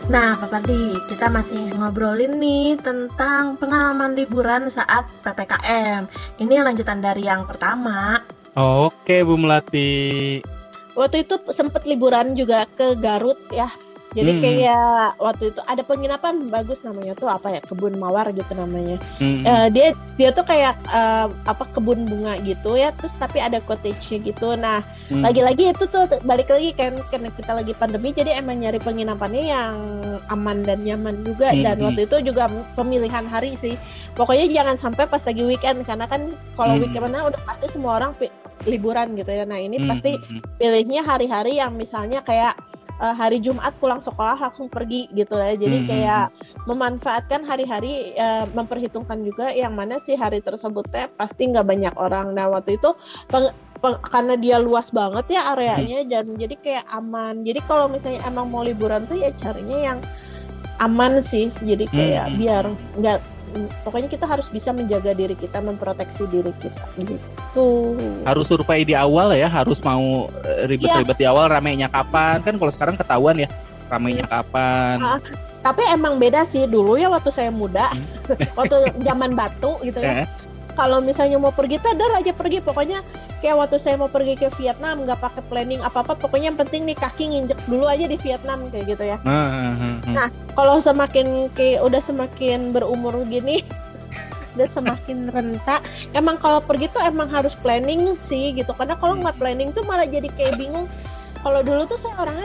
Nah, Pak Pandi, kita masih ngobrolin nih tentang pengalaman liburan saat PPKM. Ini lanjutan dari yang pertama. Oke, Bu Melati. Waktu itu sempet liburan juga ke Garut ya. Jadi Hmm, kayak waktu itu ada penginapan bagus namanya tuh apa ya, Kebun Mawar gitu namanya. hmm, Dia tuh kayak apa, kebun bunga gitu ya, terus tapi ada cottage-nya gitu. Nah, hmm, lagi-lagi itu tuh balik lagi kan karena kita lagi pandemi, jadi emang nyari penginapannya yang aman dan nyaman juga. hmm, Dan hmm, waktu itu juga pemilihan hari sih. Pokoknya jangan sampai pas lagi weekend, karena kan kalau hmm, weekend mana udah pasti semua orang liburan gitu ya. Nah, ini hmm, pasti pilihnya hari-hari yang misalnya kayak hari Jumat pulang sekolah langsung pergi gitu ya. Jadi hmm, hmm, kayak memanfaatkan hari-hari, memperhitungkan juga yang mana sih hari tersebut teh pasti nggak banyak orang. Nah, waktu itu karena dia luas banget ya hmm, areanya, dan jadi kayak aman. Jadi kalau misalnya emang mau liburan tuh ya carinya yang aman sih. Jadi hmm, kayak hmm. biar nggak, pokoknya kita harus bisa menjaga diri kita, memproteksi diri kita gitu. Harus survei di awal ya, harus mau Iya. ribet-ribet di awal, ramainya kapan. Kan kalau sekarang ketahuan ya, ramainya Ah, kapan. tapi emang beda sih dulu ya waktu saya muda, Hmm. waktu zaman batu gitu ya. Eh, Kalau misalnya mau pergi, dar aja pergi. Pokoknya kayak waktu saya mau pergi ke Vietnam, nggak pakai planning apa-apa. Pokoknya yang penting nih kaki nginjek dulu aja di Vietnam kayak gitu ya. nah. Nah, kalau semakin kayak udah semakin berumur gini, udah semakin renta, emang kalau pergi tuh emang harus planning sih gitu. Karena kalau Hmm. nggak planning tuh malah jadi kayak bingung. Kalau dulu tuh saya orangnya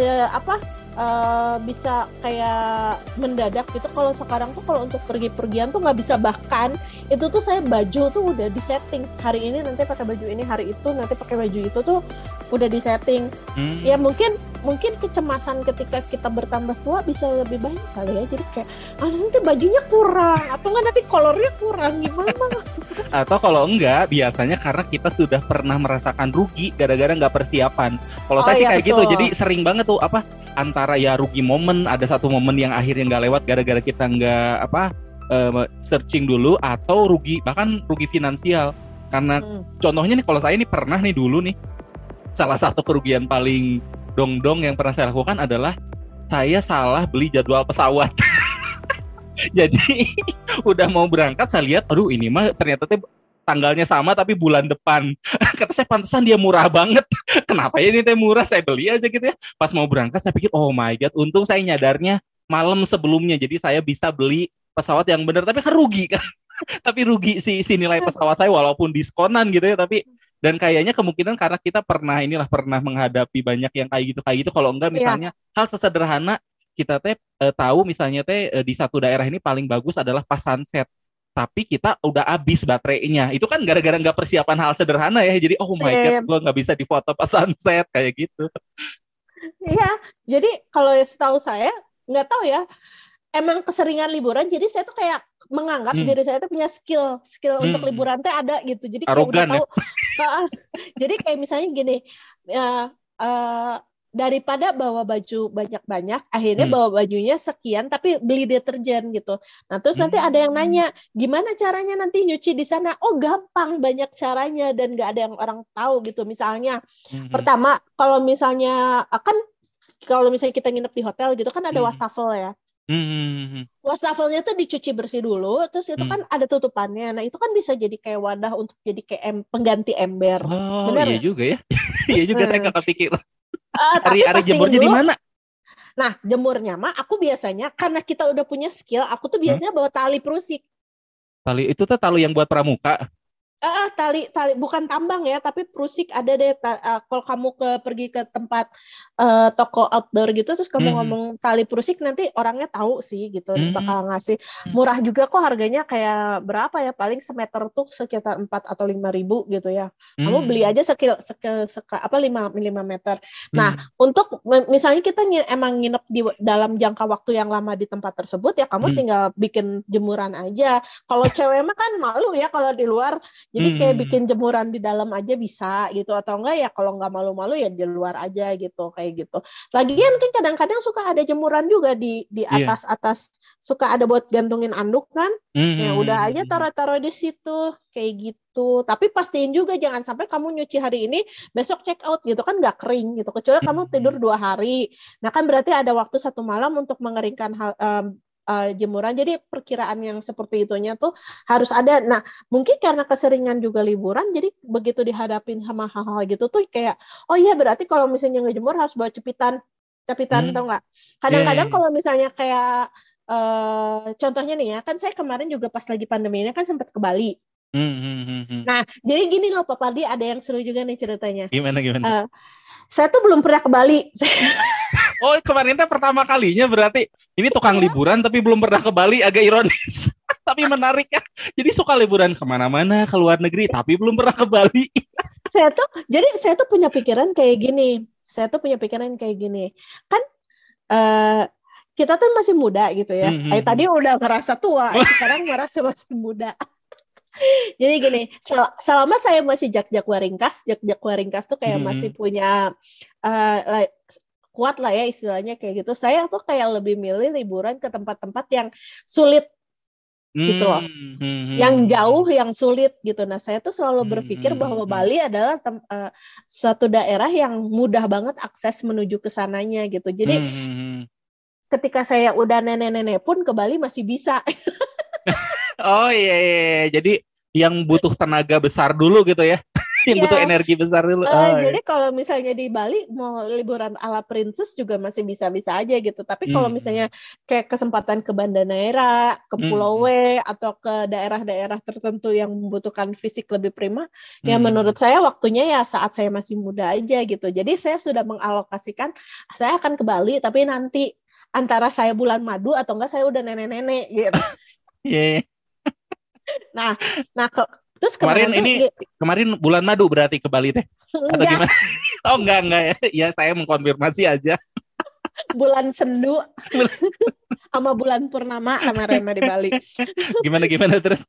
bisa kayak mendadak gitu. Kalau sekarang tuh kalau untuk pergi-pergian tuh nggak bisa, bahkan itu tuh saya baju tuh udah disetting, hari ini nanti pakai baju ini, hari itu nanti pakai baju itu tuh udah disetting. Ya Hmm. mungkin kecemasan ketika kita bertambah tua bisa lebih banyak kali ya. Jadi kayak nanti bajunya kurang atau nggak nanti kolornya kurang gimana. Atau kalau enggak, biasanya karena kita sudah pernah merasakan rugi gara-gara nggak persiapan. Kalau Oh saya sih iya kayak gitu, jadi betul. sering banget tuh apa antara ya rugi momen, ada satu momen yang akhirnya nggak lewat gara-gara kita nggak searching dulu, atau rugi bahkan rugi finansial. Karena Hmm. contohnya nih, kalau saya nih pernah nih dulu nih, salah satu kerugian paling dong-dong yang pernah saya lakukan adalah saya salah beli jadwal pesawat. Jadi udah mau berangkat, saya lihat, aduh ini mah ternyata tanggalnya sama tapi bulan depan. Kata saya, pantesan dia murah banget. Kenapa ya ini teh murah, saya beli aja gitu ya. Pas mau berangkat saya pikir, oh my god, untung saya nyadarnya malam sebelumnya, jadi saya bisa beli pesawat yang benar. Tapi kan rugi kan. Tapi rugi si nilai pesawat saya, walaupun diskonan gitu ya, tapi dan kayaknya kemungkinan karena kita pernah menghadapi banyak yang kayak gitu. Kalau enggak, Iya. misalnya hal sesederhana, kita tahu misalnya di satu daerah ini paling bagus adalah pas sunset, tapi kita udah habis baterainya. Itu kan gara-gara nggak persiapan hal sederhana ya. Jadi oh my god, Iya. gue nggak bisa difoto pas sunset kayak gitu. Iya, jadi kalau setahu saya, nggak tahu ya, emang keseringan liburan, jadi saya tuh kayak menganggap Hmm, diri saya tuh punya skill skill untuk hmm, liburan teh ada gitu. Jadi kayak udah arogan ya. tahu. Jadi kayak misalnya gini, ya, eh, daripada bawa baju banyak-banyak, akhirnya Hmm, bawa bajunya sekian tapi beli deterjen gitu. Nah, terus nanti ada yang hmm, nanya, gimana caranya nanti nyuci di sana? Oh, gampang, banyak caranya dan nggak ada yang orang tahu gitu. Misalnya, hmm, hmm, pertama, kalau misalnya kita nginep di hotel gitu kan ada hmm, wastafel ya. hmm, Wastafelnya tuh dicuci bersih dulu, terus itu hmm. kan ada tutupannya. Nah, itu kan bisa jadi kayak wadah untuk jadi kayak pengganti ember. Oh Bener iya nggak? juga ya. Iya juga, saya Hmm. nggak kepikir. Hari Tapi hari pastiin jemurnya di dulu. mana? Nah, jemurnya mah aku biasanya karena kita udah punya skill, aku tuh Hmm? biasanya bawa tali prusik. Tali itu tuh tali yang buat pramuka. Tali bukan tambang ya, tapi prusik ada deh. Kalau kamu pergi ke tempat toko outdoor gitu, terus kamu Hmm, ngomong tali prusik, nanti orangnya tahu sih gitu, hmm, bakal ngasih. Murah juga kok harganya, kayak berapa ya? Paling semeter tuh sekitar 4 atau 5 ribu gitu ya. Kamu beli hmm, aja apa 5 meter. Nah, hmm, untuk misalnya kita emang nginep di dalam jangka waktu yang lama di tempat tersebut, ya kamu hmm. tinggal bikin jemuran aja. Kalau cewek mah kan malu ya kalau di luar Jadi kayak bikin jemuran di dalam aja bisa gitu, atau enggak ya kalau nggak malu-malu ya di luar aja gitu, kayak gitu. Lagian kan kadang-kadang suka ada jemuran juga di Iya. atas, suka ada buat gantungin anduk kan. Ya udah aja Hmm. taruh-taruh di situ kayak gitu. Tapi pastiin juga jangan sampai kamu nyuci hari ini, besok check out gitu kan nggak kering gitu. Kecuali kamu tidur 2 hari. Nah kan berarti ada waktu 1 malam untuk mengeringkan jemuran. Jadi perkiraan yang seperti itunya tuh harus ada. Nah mungkin karena keseringan juga liburan, jadi begitu dihadapin sama hal-hal gitu tuh kayak, oh iya berarti kalau misalnya ngejemur harus bawa cepitan tau nggak? Iya, iya, Kadang-kadang iya. kalau misalnya kayak contohnya nih ya, kan saya kemarin juga pas lagi pandemi ini kan sempat ke Bali. Hmm. Nah, jadi gini loh Pak Pardi, ada yang seru juga nih ceritanya. Gimana? Eh, saya tuh belum pernah ke Bali. Oh, kemarin teh pertama kalinya berarti ini tukang Iya, liburan tapi belum pernah ke Bali, agak ironis. Tapi menarik ya. Jadi suka liburan kemana-mana, ke luar negeri, tapi belum pernah ke Bali. saya tuh punya pikiran kayak gini. Kan eh, kita tuh masih muda gitu ya. Tadi udah ngerasa tua, sekarang merasa masih muda. Jadi gini, selama saya masih Jak Waringkas tuh kayak masih punya eh, kuat lah ya istilahnya kayak gitu. Saya tuh kayak lebih milih liburan ke tempat-tempat yang sulit gitu loh. Yang jauh, yang sulit gitu. Nah, saya tuh selalu berpikir bahwa Bali adalah suatu daerah yang mudah banget akses menuju ke sananya gitu. Jadi ketika saya udah nenek-nenek pun ke Bali masih bisa. Oh iya, iya, iya. Jadi yang butuh tenaga besar dulu gitu ya. Yang butuh Iya. energi besar dulu. Oh, Jadi iya. kalau misalnya di Bali mau liburan ala princess juga masih bisa-bisa aja gitu. Tapi kalau misalnya kayak kesempatan ke Banda Neira, ke Pulau W, atau ke daerah-daerah tertentu yang membutuhkan fisik lebih prima, ya menurut saya waktunya ya saat saya masih muda aja gitu. Jadi saya sudah mengalokasikan, saya akan ke Bali tapi nanti antara saya bulan madu atau enggak saya udah nenek-nenek gitu. Iya. Nah, terus Kemarin kemarin bulan madu berarti ke Bali teh atau enggak, gimana? Oh enggak ya. Ya saya mengkonfirmasi aja. bulan sendu sama bulan purnama kemarin di Bali. Gimana terus?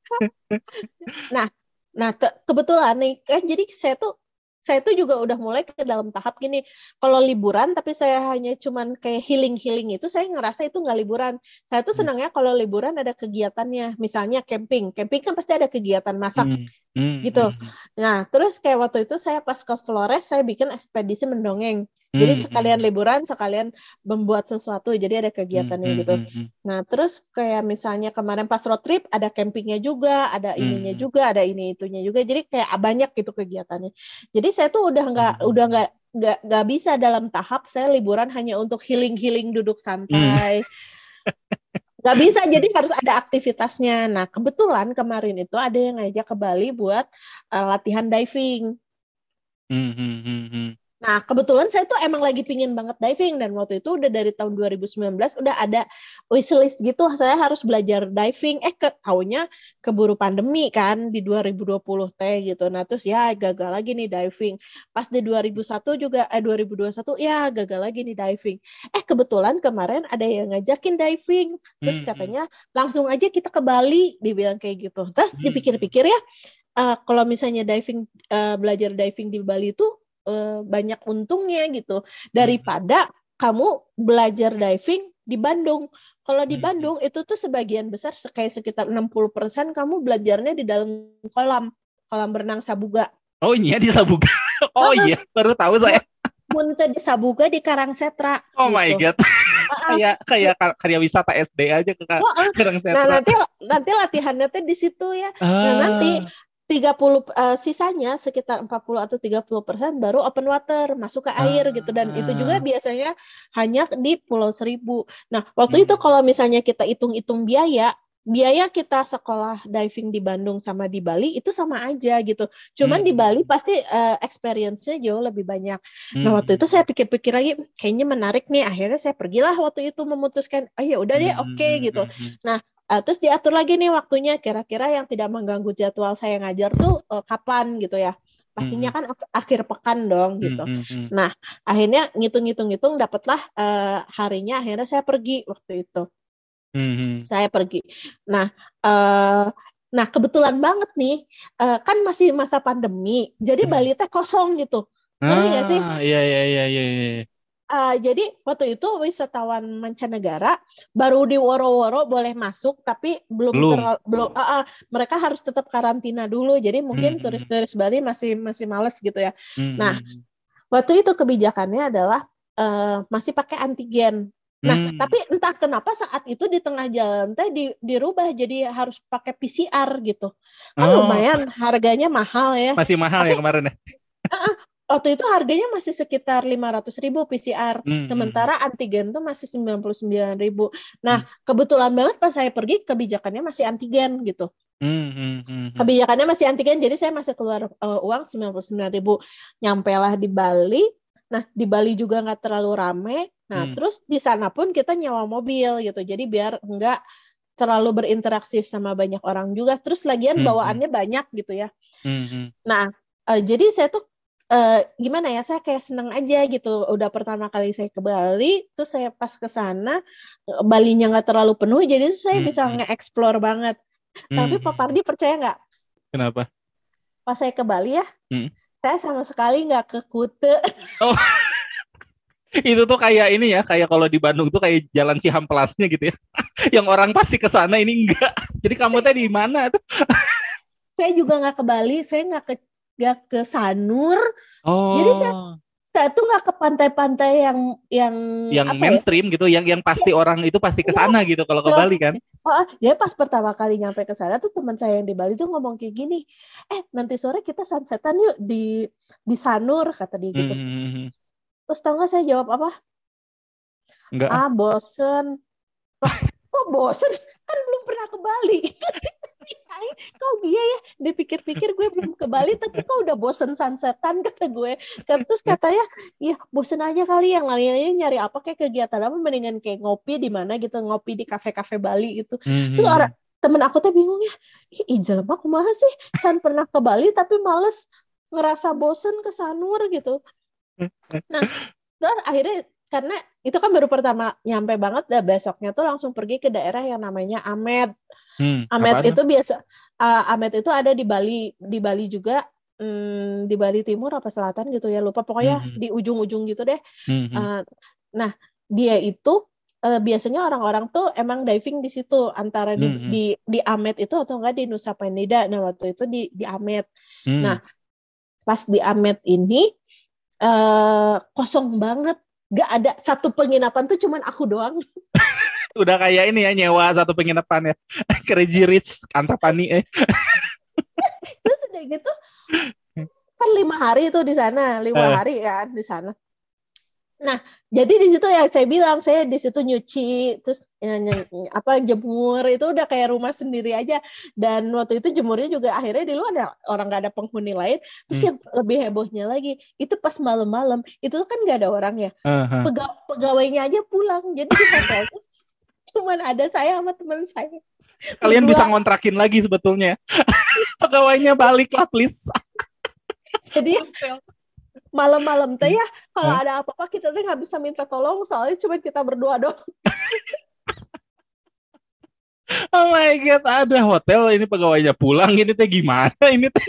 Nah, kebetulan nih kan jadi saya tuh juga udah mulai ke dalam tahap gini. Kalau liburan tapi saya hanya cuman kayak healing itu, saya ngerasa itu nggak liburan. Saya tuh senangnya kalau liburan ada kegiatannya. Misalnya camping kan pasti ada kegiatan masak gitu. Nah, terus kayak waktu itu saya pas ke Flores, saya bikin ekspedisi mendongeng. Jadi sekalian liburan, sekalian membuat sesuatu. Jadi ada kegiatannya gitu. Nah, terus kayak misalnya kemarin pas road trip ada campingnya juga, ada ininya juga, ada ini itunya juga. Jadi kayak banyak gitu kegiatannya. Jadi saya tuh udah nggak bisa dalam tahap saya liburan hanya untuk healing duduk santai. Nggak bisa, jadi harus ada aktivitasnya. Nah, kebetulan kemarin itu ada yang ngajak ke Bali buat latihan diving. Nah, kebetulan saya tuh emang lagi pingin banget diving, dan waktu itu udah dari tahun 2019 udah ada wishlist gitu, saya harus belajar diving. Taunya keburu pandemi kan di 2020 gitu. Nah, terus ya gagal lagi nih diving. Pas di 2021 ya gagal lagi nih diving. Kebetulan kemarin ada yang ngajakin diving. Terus katanya langsung aja kita ke Bali, dibilang kayak gitu. Terus dipikir-pikir ya, kalau misalnya belajar diving di Bali itu banyak untungnya gitu daripada kamu belajar diving di Bandung. Kalau di Bandung itu tuh sebagian besar kayak sekitar 60% kamu belajarnya di dalam kolam berenang Sabuga. Oh iya di Sabuga. Oh iya, baru tahu saya. Muntah di Sabuga di Karangsetra. Oh gitu. My god. kayak karya wisata SD aja ke Karangsetra. Nah, nanti latihannya tuh di situ ya. Nah, nanti 30 sisanya sekitar 40 atau 30% baru open water, masuk ke air gitu, dan itu juga biasanya hanya di Pulau Seribu. Nah, waktu itu kalau misalnya kita hitung-hitung biaya kita sekolah diving di Bandung sama di Bali itu sama aja gitu. Cuman di Bali pasti experience-nya jauh lebih banyak. Nah, waktu itu saya pikir-pikir lagi, kayaknya menarik nih. Akhirnya saya pergilah waktu itu memutuskan, ya udah deh, oke gitu. Nah, terus diatur lagi nih waktunya, kira-kira yang tidak mengganggu jadwal saya ngajar tuh kapan gitu ya. Pastinya kan akhir pekan dong gitu. Nah, akhirnya ngitung dapatlah harinya, akhirnya saya pergi waktu itu. Saya pergi. Nah, Nah, kebetulan banget nih, kan masih masa pandemi, jadi Bali teh kosong gitu. Ngerti nggak sih? Iya iya iya iya. Iya. Jadi waktu itu wisatawan mancanegara baru di Woro-Woro boleh masuk, tapi Belum. mereka harus tetap karantina dulu. Jadi mungkin Hmm. turis-turis Bali masih males gitu ya. Hmm. Nah, waktu itu kebijakannya adalah masih pakai antigen. Nah, tapi entah kenapa saat itu di tengah jalan teh dirubah jadi harus pakai PCR gitu. Kan Oh, lumayan harganya mahal ya. masih mahal ya Tapi kemarin ya. waktu itu harganya masih sekitar 500.000 PCR, Hmm. sementara antigen tuh masih 99.000. Nah, kebetulan banget pas saya pergi kebijakannya masih antigen gitu. Kebijakannya masih antigen, jadi saya masih keluar uang 99.000. Nyampailah di Bali. Nah, di Bali juga nggak terlalu rame. Nah, terus di sana pun kita nyewa mobil gitu, jadi biar nggak terlalu berinteraksi sama banyak orang juga. Terus lagian bawaannya banyak gitu ya. Nah, jadi saya tuh gimana ya, saya kayak seneng aja gitu. Udah pertama kali saya ke Bali, terus saya pas ke sana Balinya nggak terlalu penuh, jadi saya bisa nge-explore banget. Tapi Pak Pardi percaya nggak? Kenapa? Pas saya ke Bali ya, saya sama sekali nggak ke Kuta. Oh, itu tuh kayak ini ya, kayak kalau di Bandung tuh kayak Jalan Cihamplasnya gitu ya. Yang orang pasti ke sana, ini enggak. Jadi kamu teh di mana tuh? Saya juga nggak ke Bali, saya nggak ke Sanur. Oh. Jadi saya tuh nggak ke pantai-pantai yang apa mainstream gitu, yang pasti orang itu pasti ke sana gitu kalau ke Bali kan. Jadi pas pertama kali nyampe ke sana tuh teman saya yang di Bali tuh ngomong kayak gini, nanti sore kita sunsetan yuk di Sanur, kata dia gitu. Terus tau nggak saya jawab apa? Enggak. Bosen. Kok bosen? Kan belum pernah ke Bali. Kok dia ya, dipikir-pikir gue belum ke Bali tapi kok udah bosen sunsetan, kata gue. Terus katanya, iya bosen aja kali, yang lainnya nyari apa kayak kegiatan apa, mendingan kayak ngopi di mana gitu, ngopi di kafe-kafe Bali gitu. Terus temen aku tuh bingung ya, ijal mah kumaha sih, can pernah ke Bali tapi males, ngerasa bosen ke Sanur gitu. Nah, terus akhirnya karena itu kan baru pertama nyampe banget, dan besoknya tuh langsung pergi ke daerah yang namanya Amed. Amed itu biasa, Amed itu ada di Bali juga, di Bali Timur apa Selatan gitu ya, lupa, pokoknya di ujung-ujung gitu deh. Nah, dia itu biasanya orang-orang tuh emang diving di situ, antara di Amed itu atau enggak di Nusa Penida. Nah, waktu itu di Amed. Nah, pas di Amed ini kosong banget, gak ada satu penginapan tuh, cuman aku doang. Udah kayak ini ya, nyewa satu penginapan ya. Crazy Rich Antapani. Terus udah gitu kan 5 hari tuh di sana, 5 hari kan di sana. Nah, jadi di situ ya saya bilang, saya di situ nyuci, terus jemur, itu udah kayak rumah sendiri aja. Dan waktu itu jemurnya juga akhirnya di luar ada orang, nggak ada penghuni lain. Terus yang lebih hebohnya lagi, itu pas malam-malam itu kan nggak ada orang ya, pegawainya aja pulang. Jadi di hotel tuh cuman ada saya sama teman saya. Kalian bisa ngontrakin lagi sebetulnya. Pegawainya balik lah please. Jadi malam-malam teh ya, kalau ada apa-apa kita tuh nggak bisa minta tolong, soalnya cuma kita berdua doang. Oh my god, ada hotel ini pegawainya pulang, ini teh gimana ini teh?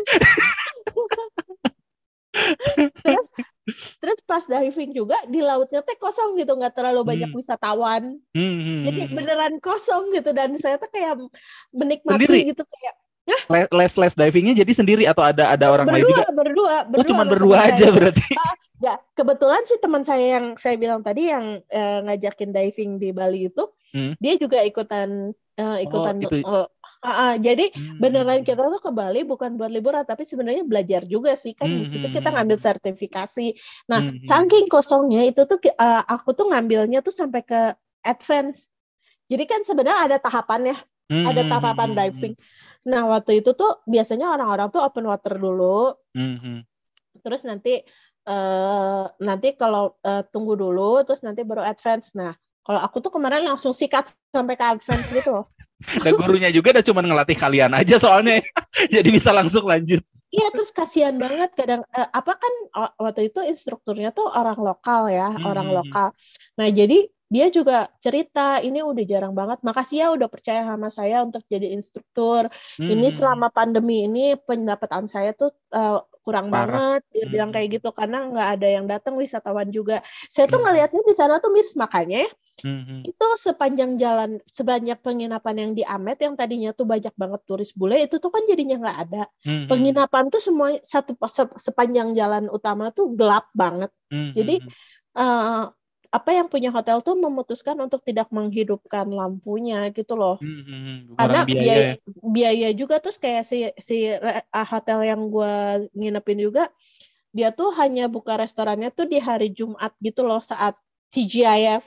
Terus pas diving juga di lautnya teh kosong gitu, nggak terlalu banyak wisatawan. Jadi beneran kosong gitu, dan saya tuh kayak menikmati sendiri gitu, kayak les divingnya jadi sendiri atau ada orang lain juga? Berdua. Cuma berdua aja berarti. Ya, kebetulan sih teman saya yang saya bilang tadi yang ngajakin diving di Bali itu, dia juga ikutan. Jadi beneran kita tuh ke Bali bukan buat liburan, tapi sebenarnya belajar juga sih kan. Di situ kita ngambil sertifikasi. Nah, saking kosongnya itu tuh aku tuh ngambilnya tuh sampai ke advance. Jadi kan sebenarnya ada tahapannya, ada tahapan diving. Nah, waktu itu tuh biasanya orang-orang tuh open water dulu, terus nanti kalau tunggu dulu, terus nanti baru advance. Nah, kalau aku tuh kemarin langsung sikat sampai ke advance gitu loh. Dan gurunya juga udah cuma ngelatih kalian aja soalnya, jadi bisa langsung lanjut. Iya, terus kasihan banget kadang waktu itu instrukturnya tuh orang lokal ya, orang lokal. Nah, jadi dia juga cerita, ini udah jarang banget. Makasih ya udah percaya sama saya untuk jadi instruktur. Ini selama pandemi ini pendapatan saya tuh kurang Parah. banget. Dia bilang kayak gitu karena nggak ada yang datang, wisatawan juga. Saya tuh ngelihatnya di sana tuh miris, makanya itu sepanjang jalan, sebanyak penginapan yang di Amet yang tadinya tuh banyak banget turis bule, itu tuh kan jadinya nggak ada. Penginapan tuh semua sepanjang jalan utama tuh gelap banget. Jadi apa yang punya hotel tuh memutuskan untuk tidak menghidupkan lampunya gitu loh. Karena biaya juga, terus kayak si hotel yang gue nginepin juga, dia tuh hanya buka restorannya tuh di hari Jumat gitu loh, saat TGIF.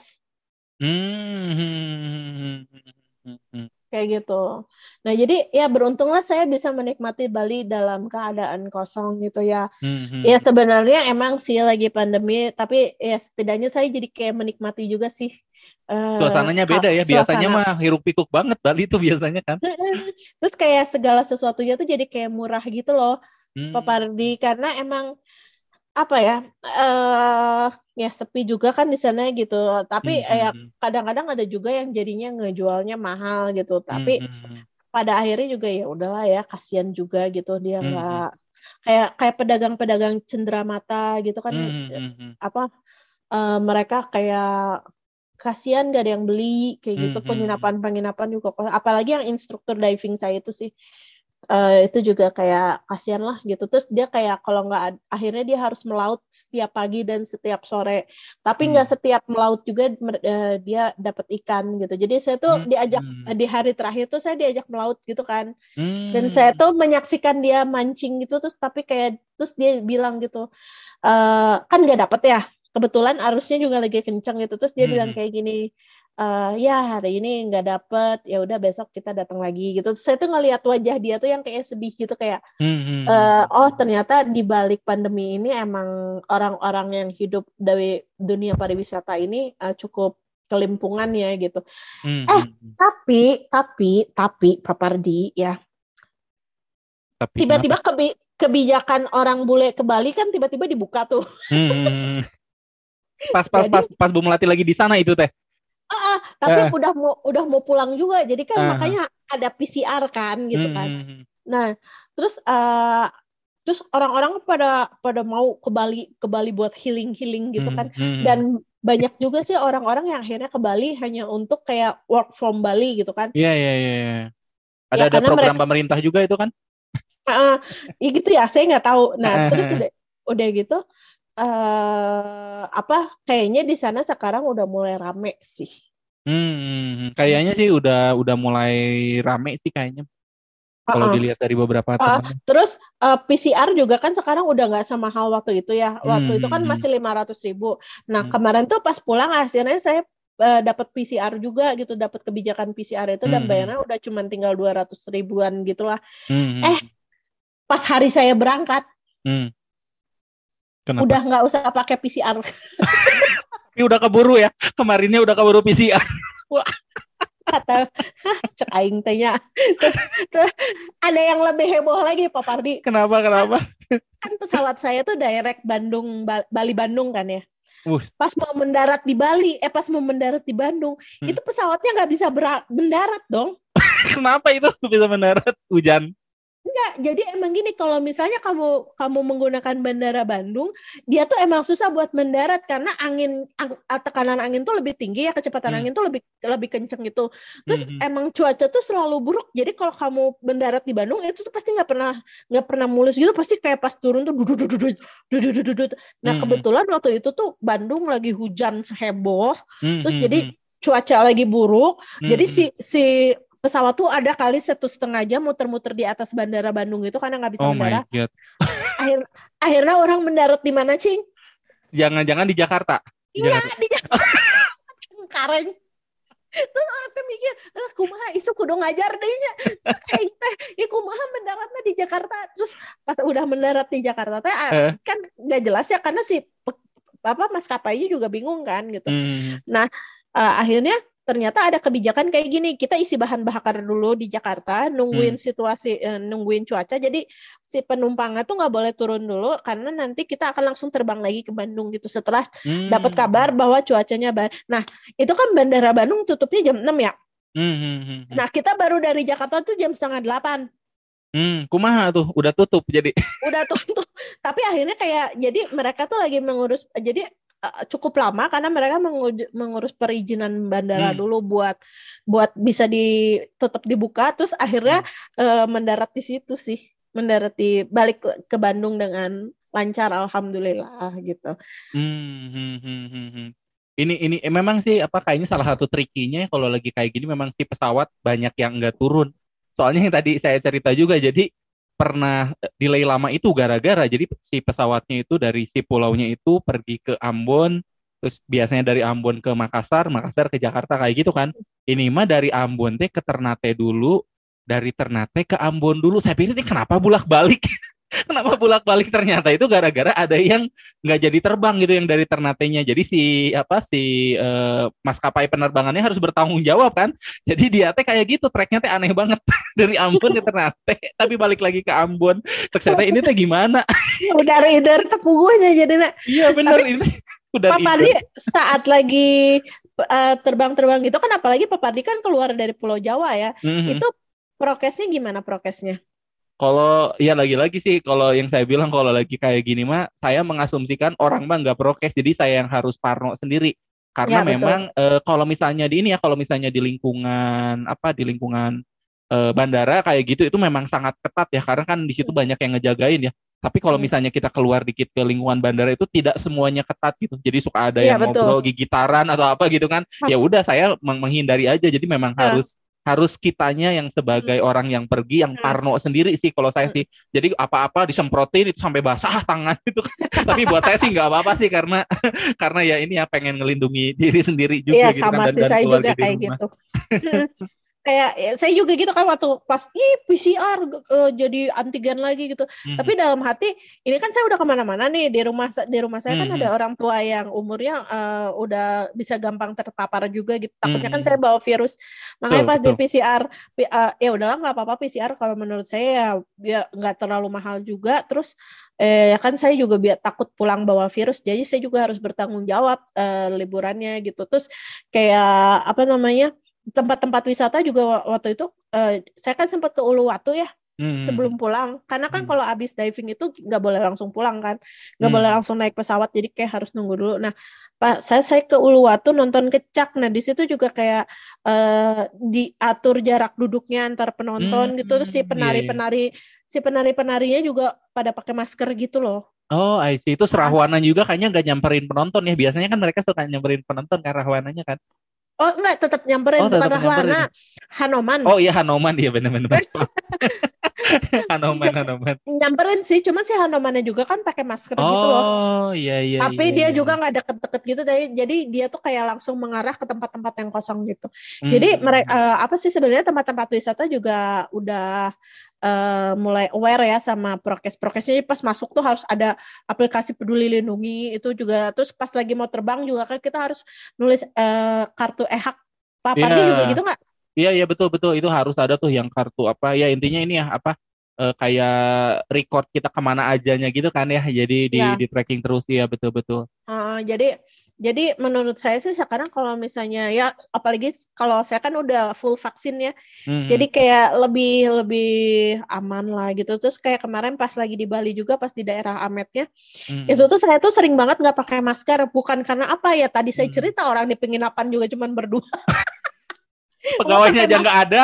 Kayak gitu. Nah jadi ya beruntunglah saya bisa menikmati Bali dalam keadaan kosong gitu ya. Ya sebenarnya emang sih lagi pandemi, tapi ya setidaknya saya jadi kayak menikmati juga sih. Suasananya beda ya, biasanya mah hiruk pikuk banget Bali tuh biasanya kan. Terus kayak segala sesuatunya tuh jadi kayak murah gitu loh, Pak Pardi, karena emang apa ya, ya sepi juga kan di sana gitu. Tapi ya kadang-kadang ada juga yang jadinya ngejualnya mahal gitu. Tapi pada akhirnya juga ya udahlah ya, kasihan juga gitu, dia nggak kayak pedagang-pedagang cenderamata gitu kan, mereka kayak kasihan gak ada yang beli kayak gitu. Penginapan juga, apalagi yang instruktur diving saya itu sih. Itu juga kayak kasihan lah gitu. Terus dia kayak kalau nggak, akhirnya dia harus melaut setiap pagi dan setiap sore, tapi nggak setiap melaut juga dia dapat ikan gitu. Jadi saya tuh diajak di hari terakhir tuh saya diajak melaut gitu kan, dan saya tuh menyaksikan dia mancing gitu. Terus tapi kayak terus dia bilang gitu, kan nggak dapet ya, kebetulan arusnya juga lagi kenceng gitu. Terus dia bilang kayak gini, ya hari ini nggak dapet, ya udah besok kita datang lagi gitu. Saya tuh ngelihat wajah dia tuh yang kayak sedih gitu, kayak oh ternyata di balik pandemi ini emang orang-orang yang hidup dari dunia pariwisata ini cukup kelimpungan ya gitu. Tapi Pak Pardi ya, tiba-tiba kebijakan orang bule ke Bali kan tiba-tiba dibuka tuh. Pas Bu Melati lagi di sana itu teh. Tapi udah mau pulang juga, jadi kan makanya ada PCR kan gitu kan. Nah terus orang-orang pada mau ke Bali buat healing gitu kan. Dan banyak juga sih orang-orang yang akhirnya ke Bali hanya untuk kayak work from Bali gitu kan. Iya. Ada program pemerintah juga itu kan. Ya gitu ya, saya nggak tahu. Nah terus udah gitu, kayaknya di sana sekarang udah mulai rame sih. Kayaknya sih udah mulai rame sih kayaknya. Kalau dilihat dari beberapa teman. Terus PCR juga kan sekarang udah nggak semahal waktu itu ya. Waktu itu kan masih 500.000. Nah kemarin tuh pas pulang akhirnya saya dapat PCR juga gitu, dapat kebijakan PCR itu, dan bayarnya udah cuma tinggal 200.000-an gitulah. Pas hari saya berangkat, kenapa? Udah nggak usah pakai PCR. Tapi udah keburu ya, kemarinnya udah keburu PCR. Kata cek aing tanya. Terus ada yang lebih heboh lagi Pak Pardi. Kenapa? Kan pesawat saya tuh direct Bali Bandung kan ya. Pas mau mendarat di Bandung, itu pesawatnya nggak bisa mendarat dong. Kenapa itu bisa mendarat? Hujan? Enggak, jadi emang gini, kalau misalnya kamu menggunakan bandara Bandung, dia tuh emang susah buat mendarat karena tekanan angin tuh lebih tinggi ya, kecepatan angin tuh lebih kenceng gitu. Terus emang cuaca tuh selalu buruk. Jadi kalau kamu mendarat di Bandung itu tuh pasti nggak pernah mulus gitu, pasti kayak pas turun tuh dudut. Nah kebetulan waktu itu tuh Bandung lagi hujan seheboh, terus jadi cuaca lagi buruk, jadi si pesawat tuh ada kali 1,5 jam muter-muter di atas bandara Bandung itu karena nggak bisa mendarat. My God. Akhirnya orang mendarat di mana, Cing? Jangan di Jakarta. Iya, di Jakarta. Kareng. Terus orang tuh mikir, kumaha isu kudu ngajar deh nya. Ya kumaha mendaratnya di Jakarta. Terus pas udah mendarat di Jakarta teh kan nggak jelas ya, karena si maskapainya juga bingung kan gitu. Nah akhirnya ternyata ada kebijakan kayak gini, kita isi bahan bakar dulu di Jakarta, nungguin situasi, nungguin cuaca, jadi si penumpangnya tuh nggak boleh turun dulu, karena nanti kita akan langsung terbang lagi ke Bandung gitu, setelah dapat kabar bahwa cuacanya baik. Nah, itu kan Bandara Bandung tutupnya jam 6 ya. Nah, kita baru dari Jakarta tuh jam 7:30. Kumaha tuh, udah tutup jadi. Udah tutup. Tapi akhirnya kayak, jadi mereka tuh lagi mengurus, jadi cukup lama karena mereka mengurus perizinan bandara dulu buat bisa tetap dibuka, terus akhirnya mendarat di situ sih, balik ke Bandung dengan lancar, alhamdulillah gitu. Ini memang sih kayaknya salah satu trikinya kalau lagi kayak gini memang sih pesawat banyak yang nggak turun. Soalnya yang tadi saya cerita juga, jadi pernah delay lama itu gara-gara jadi si pesawatnya itu dari si pulaunya itu pergi ke Ambon, terus biasanya dari Ambon ke Makassar, Makassar ke Jakarta kayak gitu kan. Ini mah dari Ambon teh ke Ternate dulu, dari Ternate ke Ambon dulu. Saya pikir ini kenapa bolak-balik? Kenapa bolak-balik? Ternyata itu gara-gara ada yang nggak jadi terbang gitu yang dari Ternate-nya. Jadi si maskapai penerbangannya harus bertanggung jawab kan. Jadi dia teh kayak gitu, tracknya teh aneh banget dari Ambon ke Ternate, tapi balik lagi ke Ambon. Ternyata ini teh gimana? Udah rider tepuguhnya jadinya. Iya benar ini. Pak Pardi saat lagi terbang-terbang gitu kan, apalagi Pak Pardi kan keluar dari Pulau Jawa ya. Itu prokesnya gimana prokesnya? Kalau ya lagi-lagi sih, kalau yang saya bilang kalau lagi kayak gini mah saya mengasumsikan orang mah nggak prokes, jadi saya yang harus parno sendiri. Karena ya, memang kalau misalnya di ini ya, kalau misalnya di lingkungan bandara kayak gitu itu memang sangat ketat ya, karena kan di situ banyak yang ngejagain ya. Tapi kalau misalnya kita keluar dikit ke lingkungan bandara itu tidak semuanya ketat gitu. Jadi suka ada yang ngobrol gigitaran atau apa gitu kan. Ya udah saya menghindari aja. Jadi memang harus kitanya yang sebagai orang yang pergi yang parno sendiri sih kalau saya sih. Jadi apa-apa disemprotin itu sampai basah tangan gitu kan. Tapi buat saya sih nggak apa-apa sih, karena ya ini ya pengen ngelindungi diri sendiri juga gitu kan, dan saya keluarga juga kayak gitu. Kayak saya juga gitu kan, waktu pas PCR jadi antigen lagi gitu. Tapi dalam hati ini kan saya udah kemana-mana nih, di rumah saya kan ada orang tua yang umurnya udah bisa gampang terpapar juga gitu. Takutnya kan saya bawa virus. Makanya pas di PCR ya udahlah nggak apa-apa PCR, kalau menurut saya ya nggak terlalu mahal juga. Terus ya kan saya juga takut pulang bawa virus, jadi saya juga harus bertanggung jawab liburannya gitu. Terus kayak tempat-tempat wisata juga waktu itu saya kan sempat ke Uluwatu ya sebelum pulang, karena kan kalau abis diving itu nggak boleh langsung pulang kan, nggak boleh langsung naik pesawat, jadi kayak harus nunggu dulu. Nah saya ke Uluwatu nonton kecak. Nah di situ juga kayak diatur jarak duduknya antar penonton gitu. Terus si penari-penarinya juga pada pakai masker gitu loh. Oh, I see. Itu serahwanan juga kayaknya nggak nyamperin penonton ya. Biasanya kan mereka suka nyamperin penonton karena rahwananya kan. Oh enggak, tetap nyamperin, bukan Rahwana, Hanoman. Oh iya Hanoman, iya benar-benar. Hanoman. Nyamperin sih, cuman si Hanomannya juga kan pakai masker gitu loh. Oh iya. Tapi dia juga nggak deket-deket gitu, jadi dia tuh kayak langsung mengarah ke tempat-tempat yang kosong gitu. Jadi mereka sebenarnya tempat-tempat wisata juga udah mulai aware ya sama prokesnya. Pas masuk tuh harus ada aplikasi Peduli Lindungi itu juga. Terus pas lagi mau terbang juga kan kita harus nulis kartu e-hak. Pak Pardi juga gitu nggak? Iya betul itu harus ada tuh yang kartu ya intinya ini ya kayak record kita kemana ajanya gitu kan ya. Jadi di tracking terus ya, betul. Jadi menurut saya sih sekarang kalau misalnya ya, apalagi kalau saya kan udah full vaksin ya, jadi kayak lebih aman lah gitu. Terus kayak kemarin pas lagi di Bali juga, pas di daerah Ametnya, itu tuh saya tuh sering banget nggak pakai masker. Bukan karena apa ya, tadi saya cerita orang di penginapan juga cuman berdua. Pegawainya aja nggak ada,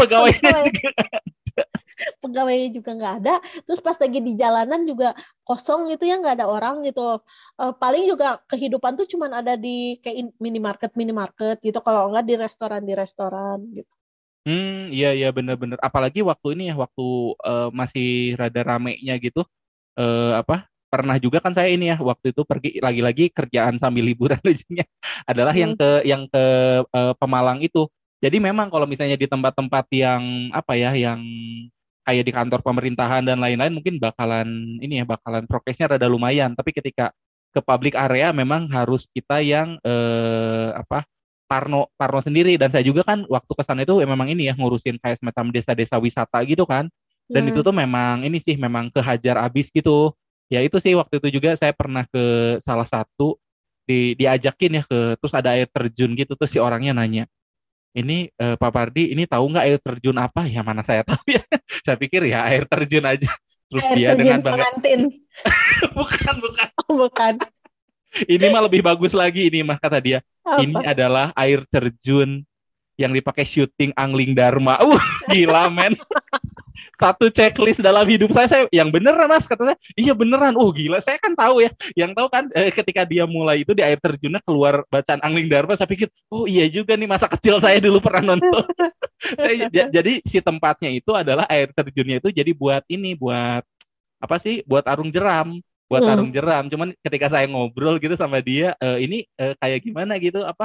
pegawainya juga nggak ada. Terus pas lagi di jalanan juga kosong gitu ya, nggak ada orang gitu. Paling juga kehidupan tuh cuman ada di kayak minimarket gitu, kalau nggak di restoran gitu. Iya benar-benar. Apalagi waktu ini ya, waktu masih rada ramenya gitu. Pernah juga kan saya ini ya, waktu itu pergi lagi-lagi kerjaan sambil liburan lucunya adalah yang ke Pemalang itu. Jadi memang kalau misalnya di tempat-tempat yang yang kayak di kantor pemerintahan dan lain-lain mungkin bakalan prokesnya rada lumayan. Tapi ketika ke public area memang harus kita yang Parno sendiri. Dan saya juga kan waktu ke sana itu memang ini ya ngurusin kayak semacam desa-desa wisata gitu kan. Dan itu tuh memang ini sih memang kehajar abis gitu. Ya itu sih waktu itu juga saya pernah ke salah satu diajakin ya ke, terus ada air terjun gitu, terus si orangnya nanya, ini Pak Pardi ini tahu nggak air terjun apa? Ya mana saya tahu ya. Saya pikir ya air terjun aja. Terus Air dia terjun dengan bangga, pengantin. bukan. Oh, bukan. Ini mah lebih bagus lagi, ini mah kata dia. Ini Apa? adalah air terjun yang dipakai syuting Angling Dharma. Gila men. Satu checklist dalam hidup saya yang beneran mas katanya. Iya beneran. Gila, saya kan tahu ya. Yang tahu kan ketika dia mulai itu di air terjunnya keluar bacaan Angling Dharma, saya pikir oh iya juga nih, masa kecil saya dulu pernah nonton. Jadi si tempatnya itu adalah air terjunnya itu jadi buat ini, buat apa sih? Buat arung jeram. Buat arung jeram. Cuman ketika saya ngobrol gitu sama dia, ini kayak gimana gitu apa?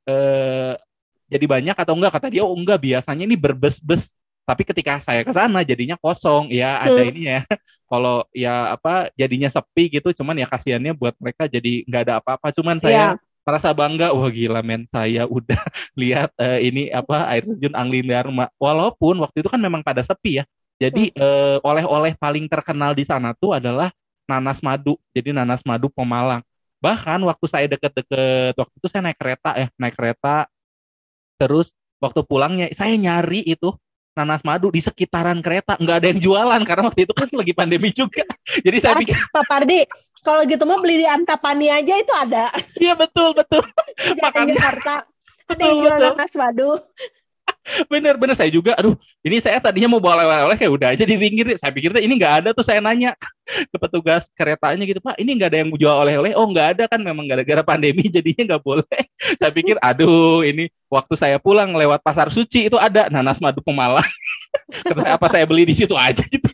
Jadi banyak atau enggak? Kata dia, oh enggak, biasanya ini berbes-bes. Tapi ketika saya ke sana jadinya kosong. Ya ada ini ya. Kalau ya apa jadinya sepi gitu, cuman ya kasihannya buat mereka jadi nggak ada apa-apa. Cuman saya merasa bangga, wah gila men, saya udah lihat ini apa air terjun Angling Dharma. Walaupun waktu itu kan memang pada sepi ya. Jadi oleh-oleh paling terkenal di sana tuh adalah nanas madu. Jadi nanas madu Pemalang. Bahkan waktu saya deket-deket, waktu itu saya naik kereta, terus waktu pulangnya saya nyari itu nanas madu di sekitaran kereta, nggak ada yang jualan karena waktu itu kan lagi pandemi juga. Jadi saya pikir Pak Pardi, kalau gitu mau beli di Antapani aja itu ada. Iya betul. Makan Jakarta ada yang jual nanas madu. Bener saya juga. Aduh, ini saya tadinya mau bawa oleh-oleh kayak udah aja di pinggir. Saya pikir ini nggak ada tuh, saya nanya ke petugas keretanya gitu, Pak, ini nggak ada yang jual oleh-oleh? Oh nggak ada kan, memang gara-gara pandemi jadinya nggak boleh. Saya pikir, aduh, ini waktu saya pulang lewat Pasar Suci itu ada nanas madu Pemalang. Kenapa apa saya beli di situ aja gitu?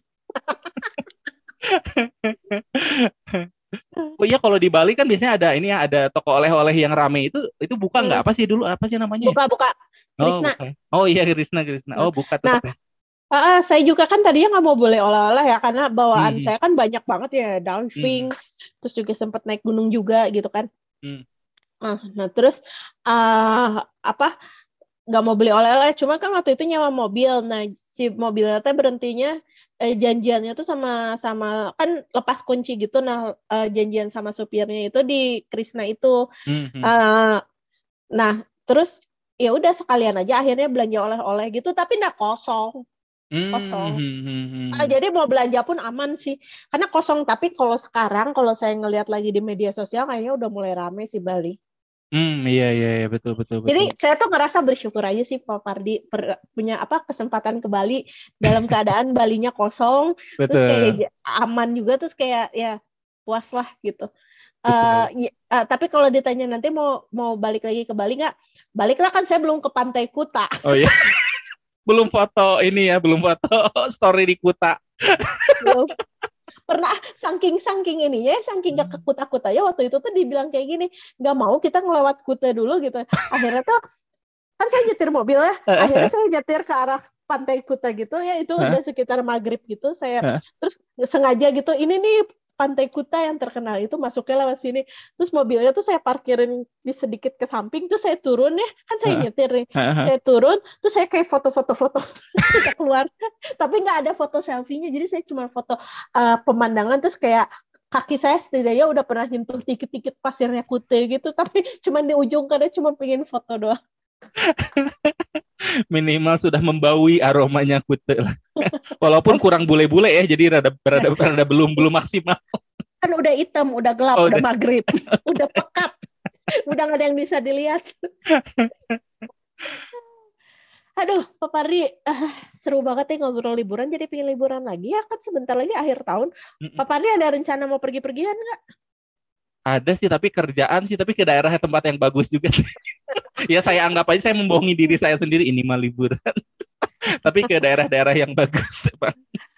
Oh iya, kalau di Bali kan biasanya ada ini ya, ada toko oleh-oleh yang rame itu buka nggak? Apa sih dulu, apa sih namanya? Buka. Krishna. Oh iya, Krishna. Oh buka tetap ya. Saya juga kan tadinya nggak mau boleh oleh-oleh ya, karena bawaan saya kan banyak banget ya, diving, terus juga sempat naik gunung juga gitu kan. Nah terus nggak mau beli oleh-oleh, cuma kan waktu itu nyewa mobil. Nah si mobilnya teh berhentinya janjiannya tuh sama kan lepas kunci gitu. Nah janjian sama supirnya itu di Krishna itu. Nah terus ya udah sekalian aja akhirnya belanja oleh-oleh gitu, tapi nggak kosong. Jadi mau belanja pun aman sih karena kosong. Tapi kalau sekarang kalau saya ngelihat lagi di media sosial kayaknya udah mulai rame sih Bali. Iya betul. Jadi saya tuh ngerasa bersyukur aja sih Pak Pardi punya kesempatan ke Bali dalam keadaan Balinya kosong, terus kayak aman juga, terus kayak ya puas lah gitu. Tapi kalau ditanya nanti mau balik lagi ke Bali nggak? Baliklah, kan saya belum ke Pantai Kuta. Oh iya. Belum foto ini ya, belum foto story di Kuta. Belum. Pernah saking ininya, saking gak ke Kuta ya, waktu itu tuh dibilang kayak gini, nggak mau kita ngelewat Kuta dulu gitu. Akhirnya tuh kan saya nyetir mobil ya, akhirnya saya nyetir ke arah Pantai Kuta gitu ya, itu udah sekitar maghrib gitu, saya terus sengaja gitu, ini nih Pantai Kuta yang terkenal itu, masuknya lewat sini. Terus mobilnya tuh saya parkirin di sedikit ke samping, terus saya turun ya, kan saya nyetir nih, saya turun, terus saya kayak foto-foto sudah keluar, tapi nggak ada foto selfie-nya, jadi saya cuma foto pemandangan, terus kayak kaki saya setidaknya udah pernah nyentuh dikit-dikit pasirnya Kuta gitu, tapi cuma di ujung karena cuma pengen foto doang. Minimal sudah membaui aromanya Kuta lah. Walaupun kurang bule-bule ya, jadi rada belum maksimal. Kan udah hitam, udah gelap, udah maghrib, udah pekat, udah nggak ada yang bisa dilihat. Aduh, Pak Pardi, seru banget ya ngobrol liburan, jadi pengen liburan lagi ya, kan sebentar lagi akhir tahun. Pak Pardi ada rencana mau pergi-pergian nggak? Ada sih, tapi kerjaan sih, tapi ke daerah tempat yang bagus juga sih. Ya saya anggap aja saya membohongi diri saya sendiri, ini mah liburan. Tapi ke daerah-daerah yang bagus, Pak.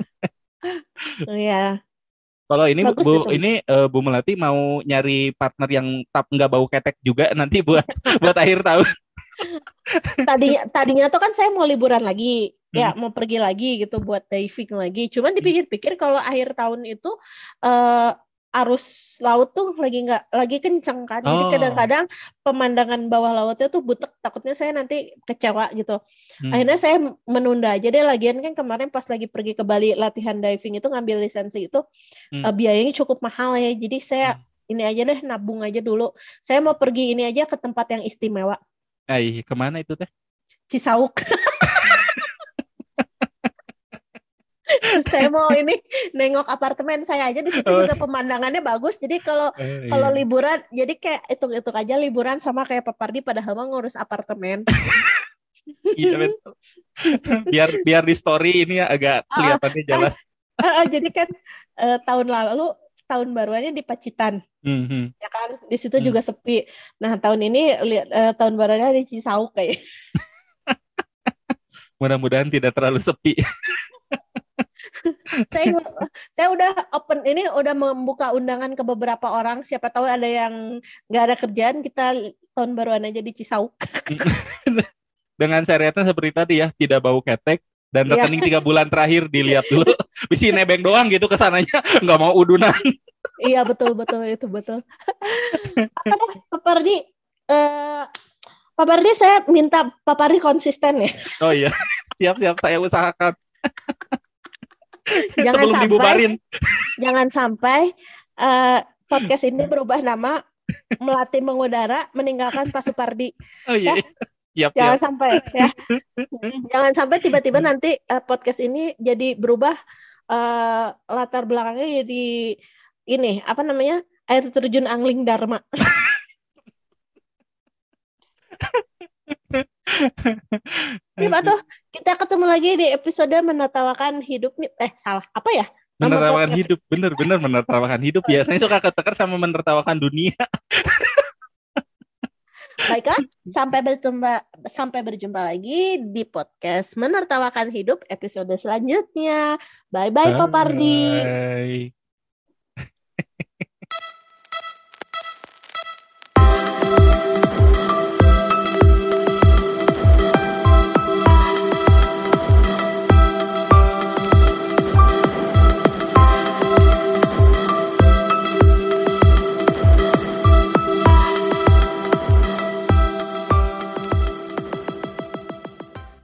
Iya. Kalau ini Bu Melati mau nyari partner yang nggak bau ketek juga nanti buat akhir tahun. Tadinya tuh kan saya mau liburan lagi, ya mau pergi lagi gitu buat diving lagi. Cuman dipikir-pikir kalau akhir tahun itu arus laut tuh lagi kenceng kan. Jadi Oh. kadang-kadang pemandangan bawah lautnya tuh butek, takutnya saya nanti kecewa gitu. Akhirnya saya menunda aja deh, lagian kan kemarin pas lagi pergi ke Bali latihan diving itu ngambil lisensi itu biayanya cukup mahal ya. Jadi saya ini aja deh, nabung aja dulu. Saya mau pergi ini aja ke tempat yang istimewa. Kemana itu teh? Cisauk. Saya mau ini nengok apartemen saya aja, di situ juga pemandangannya bagus. Jadi kalau liburan, jadi kayak hitung-hitung aja liburan sama kayak Pak Pardi padahal mau ngurus apartemen. Iya betul. biar di story ini ya agak kelihatannya jalan. Jadi kan tahun lalu tahun baruannya di Pacitan. Ya kan, di situ juga sepi. Nah, tahun ini tahun baruannya di Cisauk kayak. Mudah-mudahan tidak terlalu sepi. Saya udah open ini, udah membuka undangan ke beberapa orang. Siapa tahu ada yang nggak ada kerjaan, kita tahun baruan aja di Cisauk. Dengan syariatnya seperti tadi ya, tidak bau ketek dan rekening 3 bulan terakhir dilihat dulu. Bisi nebeng doang gitu kesananya, nggak mau udunan. Iya betul itu betul. Pak Pardi, Pak Pardi, saya minta Pak Pardi konsisten ya. Oh iya, siap saya usahakan. Jangan sebelum dibubarin. Jangan sampai podcast ini berubah nama Melati Mengudara meninggalkan Pak Supardi. Oh iya. Ya? Jangan sampai ya. Jangan sampai tiba-tiba nanti podcast ini jadi berubah, latar belakangnya jadi ini apa namanya, air terjun Angling Dharma. Ini Pak tuh, kita ketemu lagi di episode Menertawakan Hidup nih. Salah apa ya? Menertawakan hidup, bener menertawakan hidup. Biasanya suka keteker sama menertawakan dunia. Baiklah, sampai berjumpa lagi di podcast Menertawakan Hidup episode selanjutnya. Bye Pak Pardi. Bye.